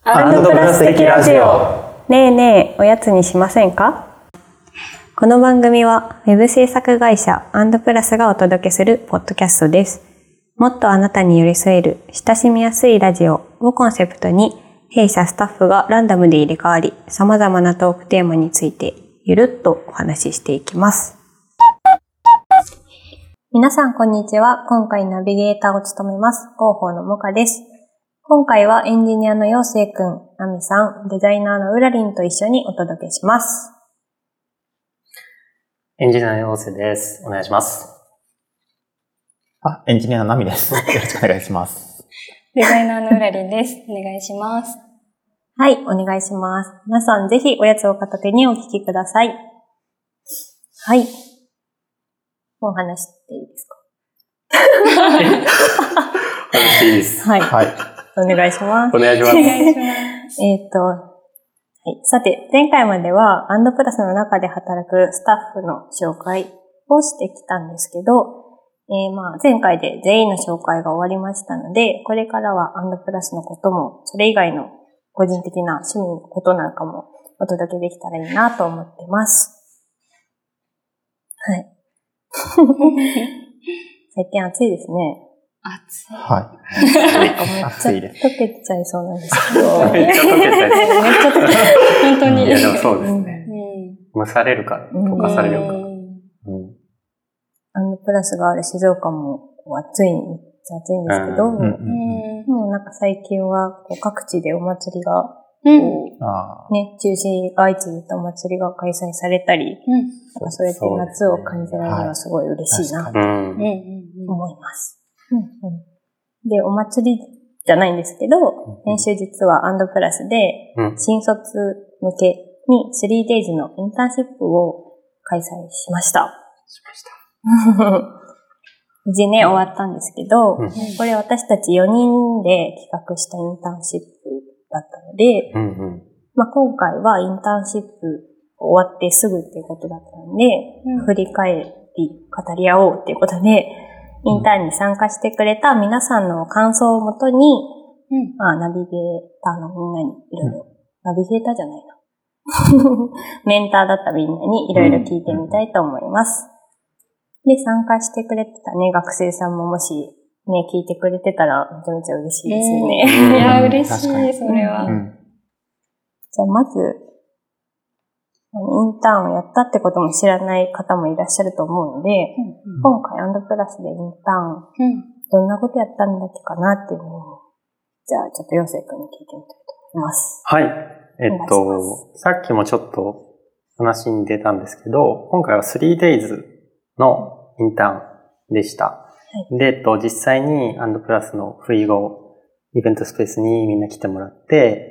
アンドプラス的ラジオ。ねえねえ、おやつにしませんか？この番組はウェブ制作会社アンドプラスがお届けするポッドキャストです。もっとあなたに寄り添える親しみやすいラジオをコンセプトに、弊社スタッフがランダムで入れ替わり、様々なトークテーマについてゆるっとお話ししていきます。皆さんこんにちは。今回ナビゲーターを務めます広報のもかです。今回はエンジニアのようせいくん、なみさん、デザイナーのうらりんと一緒にお届けします。 エンジニアのようせいです。お願いします。 エンジニアのなみです。よろしくお願いします。 デザイナーのうらりんです。お願いします。 はい、お願いします。皆さんぜひおやつを片手にお聞きください。はい。もう話していいですか？ 話していいです。 はい。お願いします。 お願いします。 お願いします。 はい。さて、前回まではアンドプラスの中で働くスタッフの紹介をしてきたんですけど、前回で全員の紹介が終わりましたので、これからはアンドプラスのことも、それ以外の個人的な趣味のことなんかもお届けできたらいいなと思ってます。はい。最近暑いですね。 暑い。 はい。暑いです。 溶けちゃいそうなんですけど。 めっちゃ溶けちゃいそう。 めっちゃ溶けちゃう。本当に。 いやでもそうですね。蒸されるか、溶かされるか。 アンドプラスがある静岡も暑い、めっちゃ暑いんですけど、もうなんか最近はこう各地でお祭りが、中止が相次いでたお祭りが開催されたり、なんかそうやって夏を感じられるのはすごい嬉しいなと思います。で、お祭りじゃないんですけど、先週実はアンドプラスで新卒向けに 3days のインターンシップを開催しました。無事ね、終わったんですけど、これ私たち4人で企画したインターンシップだったので、今回はインターンシップ終わってすぐっていうことだったので、振り返り、語り合おうっていうことで、インターンに参加してくれた皆さんの感想をもとに、ナビゲーターのみんなにいろいろ、ナビゲーターじゃないな。メンターだったみんなにいろいろ聞いてみたいと思います。で、参加してくれてたね、学生さんももしね、聞いてくれてたらめちゃめちゃ嬉しいですよね。 いや、嬉しい、それは。 じゃあまず、インターンをやったってことも知らない方もいらっしゃると思うので、今回アンドプラスでインターン、どんなことやったんだっけかなっていうのを、じゃあちょっと陽生くんに聞いてみたいと思います。 はい。さっきもちょっと話に出たんですけど、今回は 3days のインターンでした。で、実際にアンドプラスの不意後、イベントスペースにみんな来てもらって、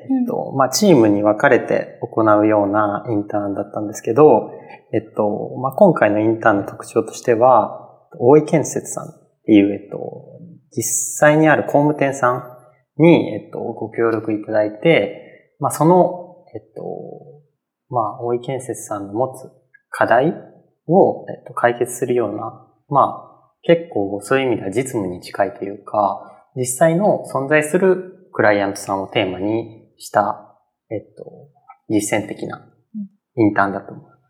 チームに分かれて行うようなインターンだったんですけど、今回のインターンの特徴としては、大井建設さんっていう、実際にある工務店さんに、ご協力いただいて、その、大井建設さんの持つ課題を、解決するような、結構そういう意味では実務に近いというか、実際の存在するクライアントさんをテーマにした、実践的なインターンだと思います。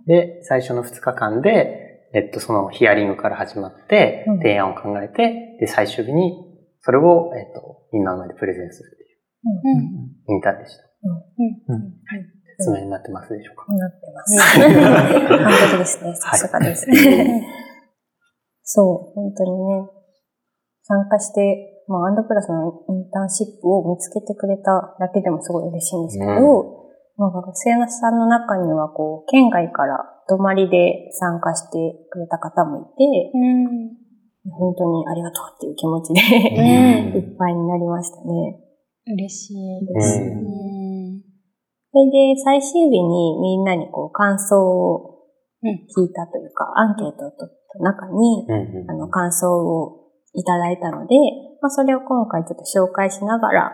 で、最初の2日間で、そのヒアリングから始まって、提案を考えて、で、最終日にそれを、みんなの前でプレゼンするっていうインターンでした。説明になってますでしょうか？ なってます。完璧ですね。さすがですね。そう、本当にね、参加して、アンドプラスのインターンシップを見つけてくれただけでもすごい嬉しいんですけど、学生さんの中には県外から泊まりで参加してくれた方もいて、本当にありがとうっていう気持ちでいっぱいになりましたね。 嬉しいです。 それで最終日にみんなに感想を聞いたというか、アンケートを取った中に、感想をいただいたので、それを今回ちょっと紹介しながら、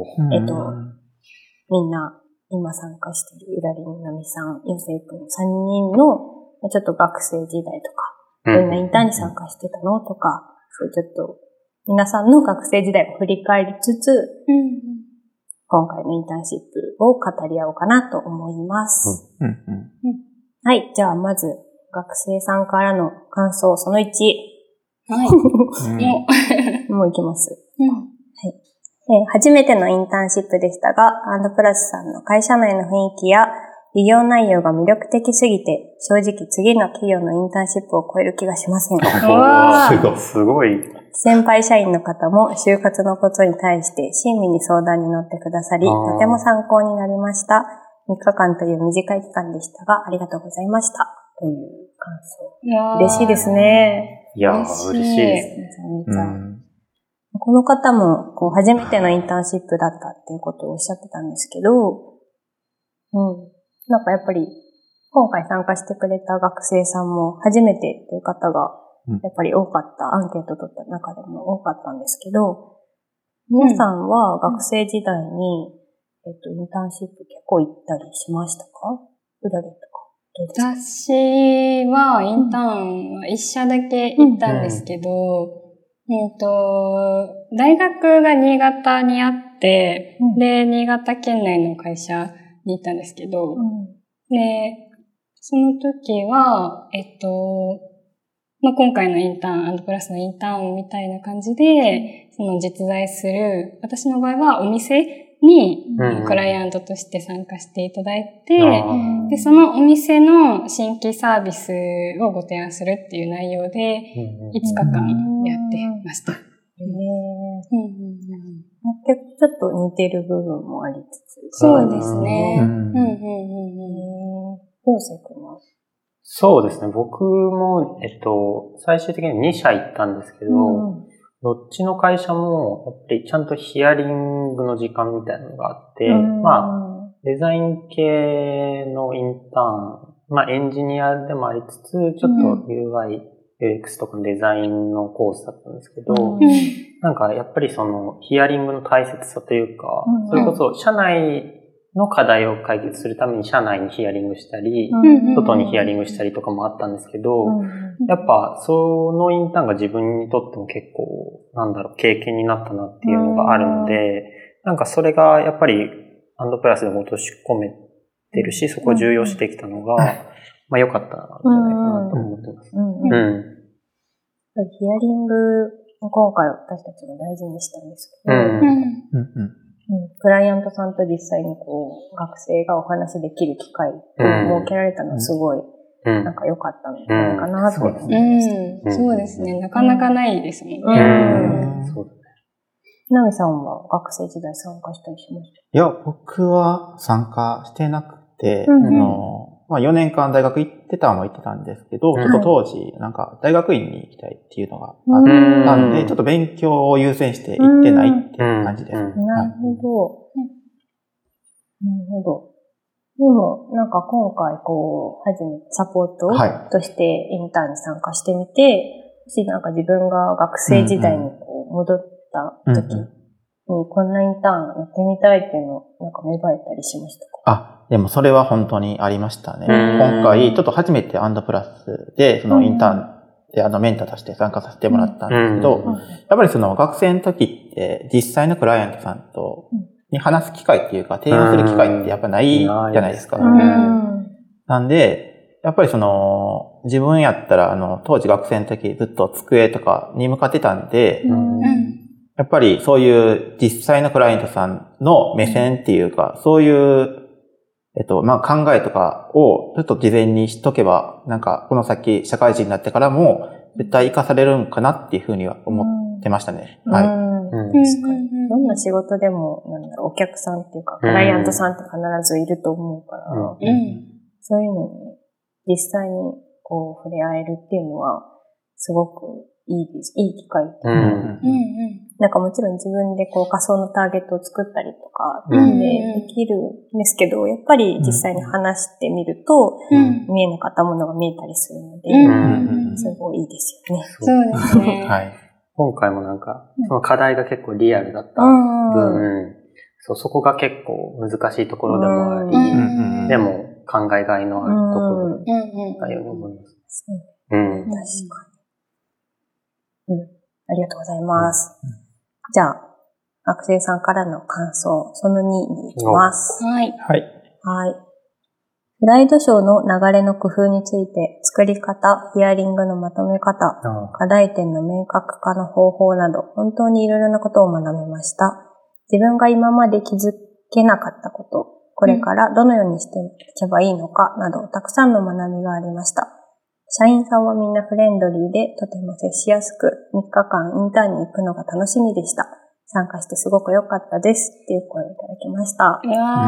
みんな今参加しているうらりん、なみさん、よせいくん3人のちょっと学生時代とか、どんなインターンに参加してたのとか、そういうちょっと皆さんの学生時代を振り返りつつ、 今回のインターンシップを語り合おうかなと思います。はい。じゃあ、まず、学生さんからの感想、その1。 はい。 もういきます。はい。初めてのインターンシップでしたが、アンドプラスさんの会社内の雰囲気や事業内容が魅力的すぎて、正直次の企業のインターンシップを超える気がしません。 すごい。 先輩社員の方も就活のことに対して親身に相談に乗ってくださり、とても参考になりました。3日間という短い期間でしたが、ありがとうございました。という感想。嬉しいですね。 いやー、嬉しいですね。この方も初めてのインターンシップだったっていうことをおっしゃってたんですけど、なんかやっぱり今回参加してくれた学生さんも初めてっていう方がやっぱり多かった、アンケート取った中でも多かったんですけど、皆さんは学生時代に、インターンシップ結構行ったりしましたか？うらりとか。 私はインターンは一社だけ行ったんですけど、大学が新潟にあって、で、新潟県内の会社に行ったんですけど、で、その時は、今回のインターン、プラスのインターンみたいな感じで、その実在する、私の場合はお店にクライアントとして参加していただいて、で、そのお店の新規サービスをご提案するっていう内容で、5日間やってました。 ちょっと似てる部分もありつつ。 そうですね。 陽生君は？ そうですね。僕も、最終的に2社行ったんですけど、どっちの会社も、やっぱりちゃんとヒアリングの時間みたいなのがあって、デザイン系のインターン、エンジニアでもありつつ、ちょっと UI、UX とかのデザインのコースだったんですけど、なんかやっぱりそのヒアリングの大切さというか、それこそ社内の課題を解決するために社内にヒアリングしたり、外にヒアリングしたりとかもあったんですけど、やっぱそのインターンが自分にとっても結構、経験になったなっていうのがあるので、なんかそれがやっぱりアンドプラスでも落とし込めてるし、そこを重要してきたのが、良かったんじゃないかなと思ってます。 ヒアリング、今回私たちも大事にしたんですけど、クライアントさんと実際に学生がお話できる機会を設けられたのはすごい、なんか良かったんじゃないかなと思います。 そうですね。なかなかないですもんね。 ナミさんは学生時代参加したりしました？ いや、僕は参加してなくて、4年間大学行ってたんですけど、ちょっと当時、大学院に行きたいっていうのがあったんで、ちょっと勉強を優先して行ってないっていう感じです。 なるほど。でも、今回初めてサポートとしてインターンに参加してみて、もし自分が学生時代に戻った時に、こんなインターンやってみたいっていうの芽生えたりしましたか？ でもそれは本当にありましたね。今回、ちょっと初めてアンドプラスで、そのインターンでメンターとして参加させてもらったんですけど、やっぱりその学生の時って実際のクライアントさんとに話す機会っていうか、提案する機会ってやっぱないじゃないですか。なんで、やっぱりその、自分やったら当時学生の時ずっと机とかに向かってたんで、やっぱりそういう実際のクライアントさんの目線っていうか、そういう考えとかをちょっと事前にしとけば、この先社会人になってからも絶対活かされるんかなっていうふうには思ってましたね。 確かに。どんな仕事でも、お客さんっていうか、クライアントさんって必ずいると思うから、そういうのに実際に触れ合えるっていうのは、すごくいいです。いい機会っていうか、もちろん自分で仮想のターゲットを作ったりとかできるんですけど、やっぱり実際に話してみると、見えなかったものが見えたりするので、すごいいいですよね。 そうですね。 はい。今回もその課題が結構リアルだった分、そこが結構難しいところでもあり、でも考えがいのあるところだように思います。 確かに。ありがとうございます。じゃあ、 学生さんからの感想、その2に行きます。 はい。 はい。 はい。スライドショーの流れの工夫について、作り方、ヒアリングのまとめ方、課題点の明確化の方法など、本当にいろいろなことを学べました。自分が今まで気づけなかったこと、これからどのようにしていけばいいのかなど、たくさんの学びがありました。社員さんはみんなフレンドリーで、とても接しやすく、3日間インターンに行くのが楽しみでした。参加してすごく良かったですっていう声をいただきました。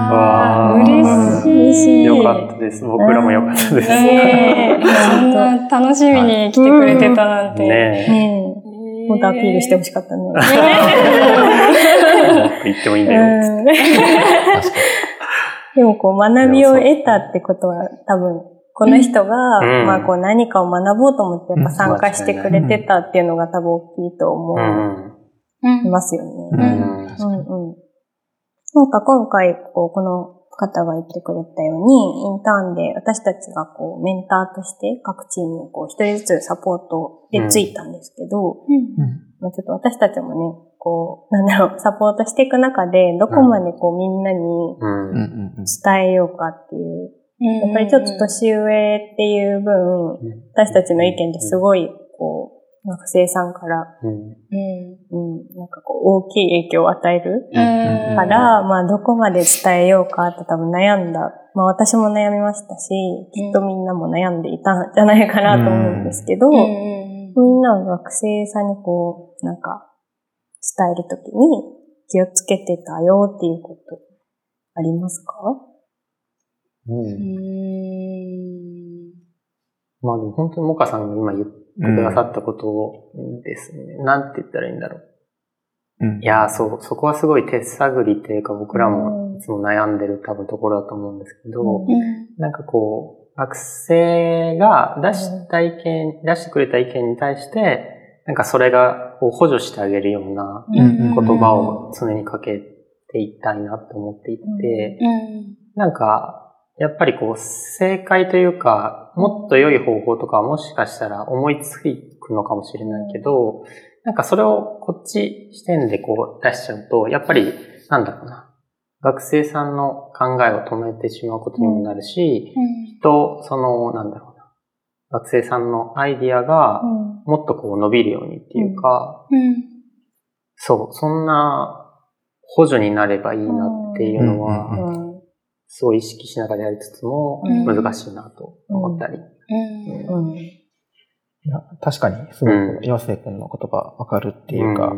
嬉しい。 良かったです。僕らも良かったです。 そんな楽しみに来てくれてたなんて。 ねえ。もっとアピールしてほしかったね。もっと言ってもいいんだよ。 でも学びを得たってことは多分、この人が、何かを学ぼうと思ってやっぱ参加してくれてたっていうのが多分大きいと思いますよね。なんか今回、この方が言ってくれたように、インターンで私たちがメンターとして各チームに一人ずつサポートでついたんですけど、ちょっと私たちもね、サポートしていく中で、どこまでみんなに伝えようかっていう、やっぱりちょっと年上っていう分、私たちの意見ですごい、学生さんから、大きい影響を与えるから、どこまで伝えようかって多分悩んだ。私も悩みましたし、きっとみんなも悩んでいたんじゃないかなと思うんですけど、みんなが学生さんに伝えるときに気をつけてたよっていうことありますか？ でも本当にモカさんが今言ってくださったことですね。なんて言ったらいいんだろう。いや、そこはすごい手探りっていうか僕らもいつも悩んでる多分ところだと思うんですけど、学生が出してくれた意見に対して、それが補助してあげるような言葉を常にかけていきたいなと思っていて、やっぱり正解というか、もっと良い方法とかはもしかしたら思いつくのかもしれないけど、それをこっち視点で出しちゃうと、やっぱり学生さんの考えを止めてしまうことにもなるし、学生さんのアイディアがもっと伸びるようにっていうか、そんな補助になればいいなっていうのは、すごい意識しながらやりつつも難しいなと思ったり。 いや確かにすごく陽生君の言葉わかるっていうか、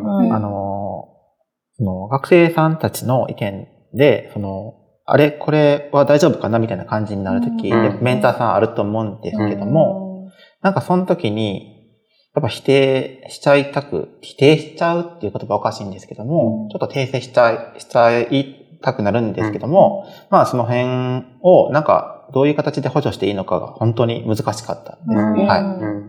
学生さんたちの意見で、これは大丈夫かなみたいな感じになるとき、メンターさんあると思うんですけども、その時に、やっぱ否定しちゃうっていう言葉おかしいんですけども、ちょっと訂正しちゃいたくなるんですけども、その辺をどういう形で補助していいのかが本当に難しかったです。はい。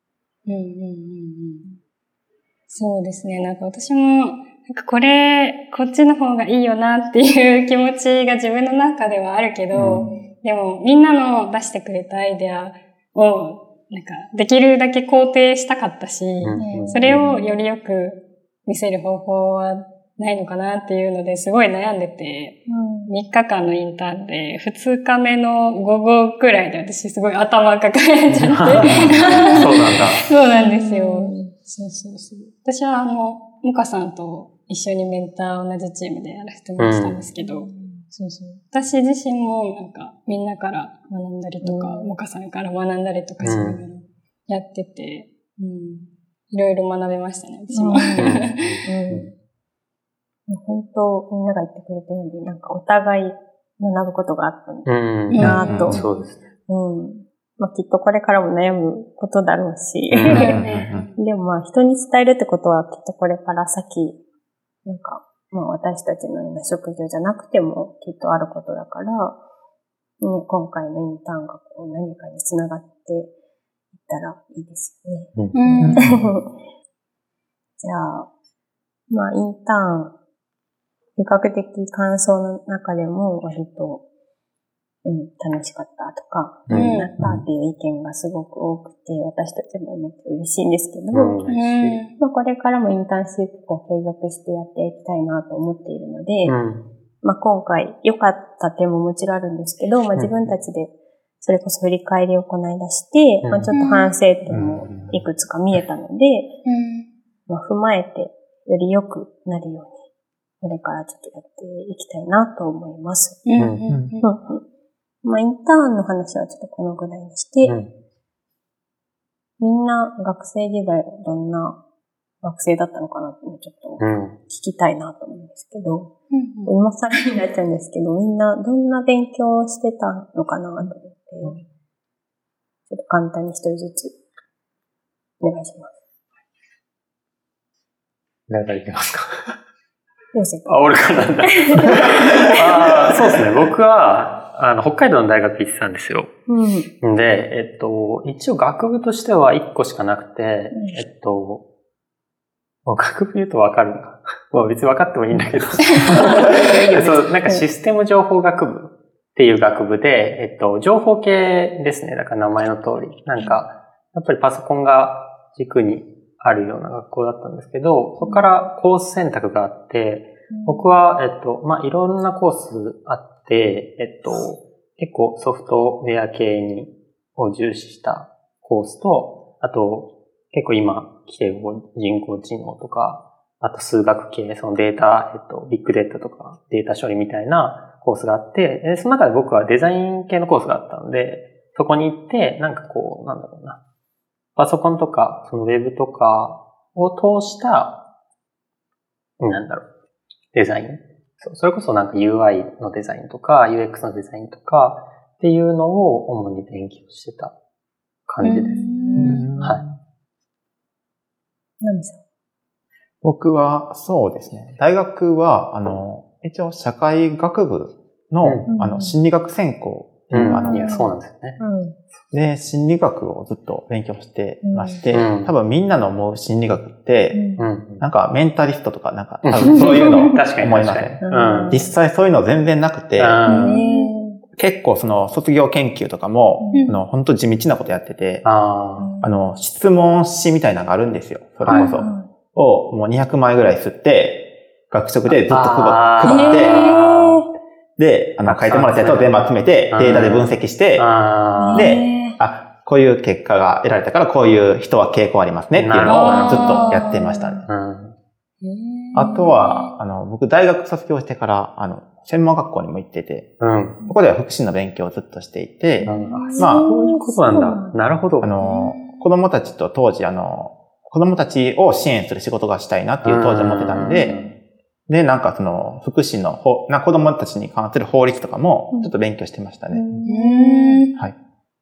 そうですね。私も、こっちの方がいいよなっていう気持ちが自分の中ではあるけど、でもみんなの出してくれたアイデアを、できるだけ肯定したかったし、それをよりよく見せる方法はないのかなっていうのですごい悩んでて、3日間のインターンで2日目の午後くらいで私すごい頭抱えちゃって。そうなんだ。 そうなんですよ。私はモカさんと一緒にメンター同じチームでやらせてもらってたんですけど、私自身もみんなから学んだりとか、モカさんから学んだりとかしながらやってて、いろいろ学べましたね、私も。 本当、みんなが言ってくれたように、お互い学ぶことがあったんだなと。 そうですね。 きっとこれからも悩むことだろうし。でも人に伝えるってことはきっとこれから先、私たちのような職業じゃなくてもきっとあることだから、今回のインターンが何かにつながっていったらいいですよね。じゃあ、インターン、比較的感想の中でも割と楽しかったとか、なったっていう意見がすごく多くて、私たちもめっちゃ嬉しいんですけど、まあこれからもインターンシップを継続してやっていきたいなと思っているので、まあ今回良かった点ももちろんあるんですけど、まあ自分たちでそれこそ振り返りを行い出して、まあちょっと反省点もいくつか見えたので、まあ踏まえてより良くなるように、これからちょっとやっていきたいなと思います。まあインターンの話はちょっとこのぐらいにして、みんな学生時代どんな学生だったのかなっていうのをちょっと聞きたいなと思うんですけど、今更になっちゃうんですけど、みんなどんな勉強をしてたのかなと思って、ちょっと簡単に一人ずつお願いします。 誰からいきますか？ 俺からなんだ。そうですね。僕は、北海道の大学行ってたんですよ。で、一応学部としては1個しかなくて、学部言うとわかるな。まあ別に分かってもいいんだけど。そう、なんかシステム情報学部っていう学部で、情報系ですね。だから名前の通り。なんか、やっぱりパソコンが軸にあるような学校だったんですけど、そこからコース選択があって、僕は、まあいろんなコースあって、結構ソフトウェア系を重視したコースと、あと、結構今来てる人工知能とか、あと数学系、そのデータ、ビッグデータとかデータ処理みたいなコースがあって、その中で僕はデザイン系のコースがあったので、そこに行って、なんかこう、なんだろうな。パソコンとか、そのウェブとかを通した、なんだろう、デザイン。それこそなんか UI のデザインとか、UX のデザインとかっていうのを主に勉強してた感じです。はい。 ナミさん。 僕は、そうですね。大学は、一応社会学部の、心理学専攻っていう、 いや、そうなんですよね。 で、心理学をずっと勉強してまして、多分みんなの思う心理学って、なんかメンタリストとかなんか、多分そういうのを思いません。実際そういうの全然なくて、結構その卒業研究とかも、本当地道なことやってて、質問紙みたいなのがあるんですよ。それこそ。をもう200枚ぐらい吸って、学食でずっと配って、で、書いてもらったやつを全部集めて、データで分析して、で、こういう結果が得られたから、こういう人は傾向ありますねっていうのをずっとやってましたね。あとは、僕大学卒業してから、専門学校にも行ってて、そこでは福祉の勉強をずっとしていて、 まあ、そういうことなんだ。なるほど。 子供たちと当時、子供たちを支援する仕事がしたいなっていう当時思ってたんで、で、なんかその、福祉の子供たちに関する法律とかも、ちょっと勉強してましたね。はい。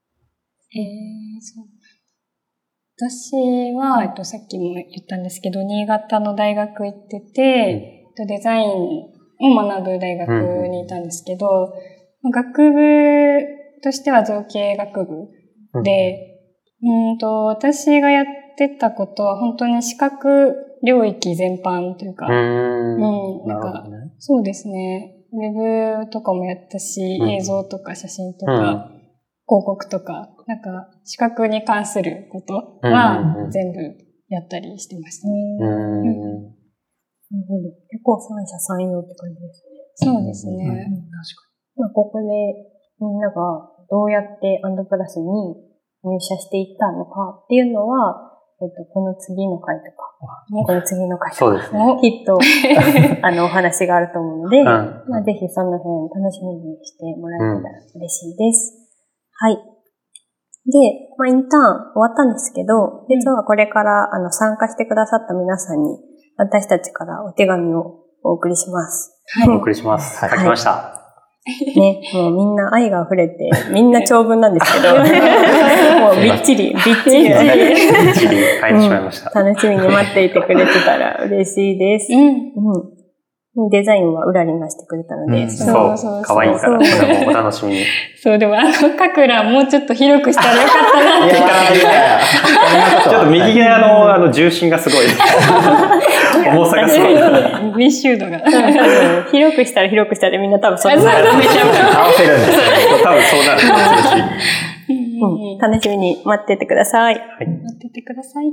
そう。私は、さっきも言ったんですけど、新潟の大学行ってて、デザインを学ぶ大学にいたんですけど、学部としては造形学部で、私がやってたことは本当に視覚領域全般というか、なんか、そうですね。ウェブとかもやったし、映像とか写真とか、広告とか、なんか、視覚に関することは全部やったりしてましたね。 なるほど。結構三者三様って感じですね。そうですね。確かに。 まあ、ここでみんながどうやってアンドプラスに入社していったのかっていうのは、この次の回とか、この次の回とか、きっと、お話があると思うので、まあ、ぜひその辺楽しみにしてもらえたら嬉しいです。はい。で、まあ、インターン終わったんですけど、実はこれから、参加してくださった皆さんに、私たちからお手紙をお送りします。 はい。お送りします。書きました。 ね、もうみんな愛が溢れて、みんな長文なんですけど、もうびっちり書いてしまいました。 楽しみに待っていてくれてたら嬉しいです。デザインはウラリンがしてくれたので。 そう。可愛いから、これもお楽しみに。 そう、でも書く欄もうちょっと広くしたらよかったなって。 ちょっと右側の重心がすごい。重さがすごい。 密集度が。 広くしたら広くしたらみんな多分そっち合わせるんですよ。多分そうなるかもしれないし。 楽しみに待っててください。 待っててください。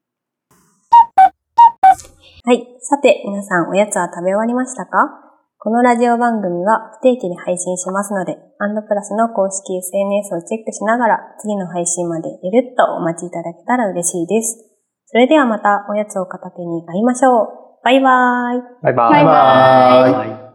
はい。さて、皆さんおやつは食べ終わりましたか？このラジオ番組は不定期に配信しますので、アンドプラスの公式 SNS をチェックしながら、次の配信までゆるっとお待ちいただけたら嬉しいです。それではまたおやつを片手に会いましょう。バイバーイ。 バイバーイ。 バイバーイ。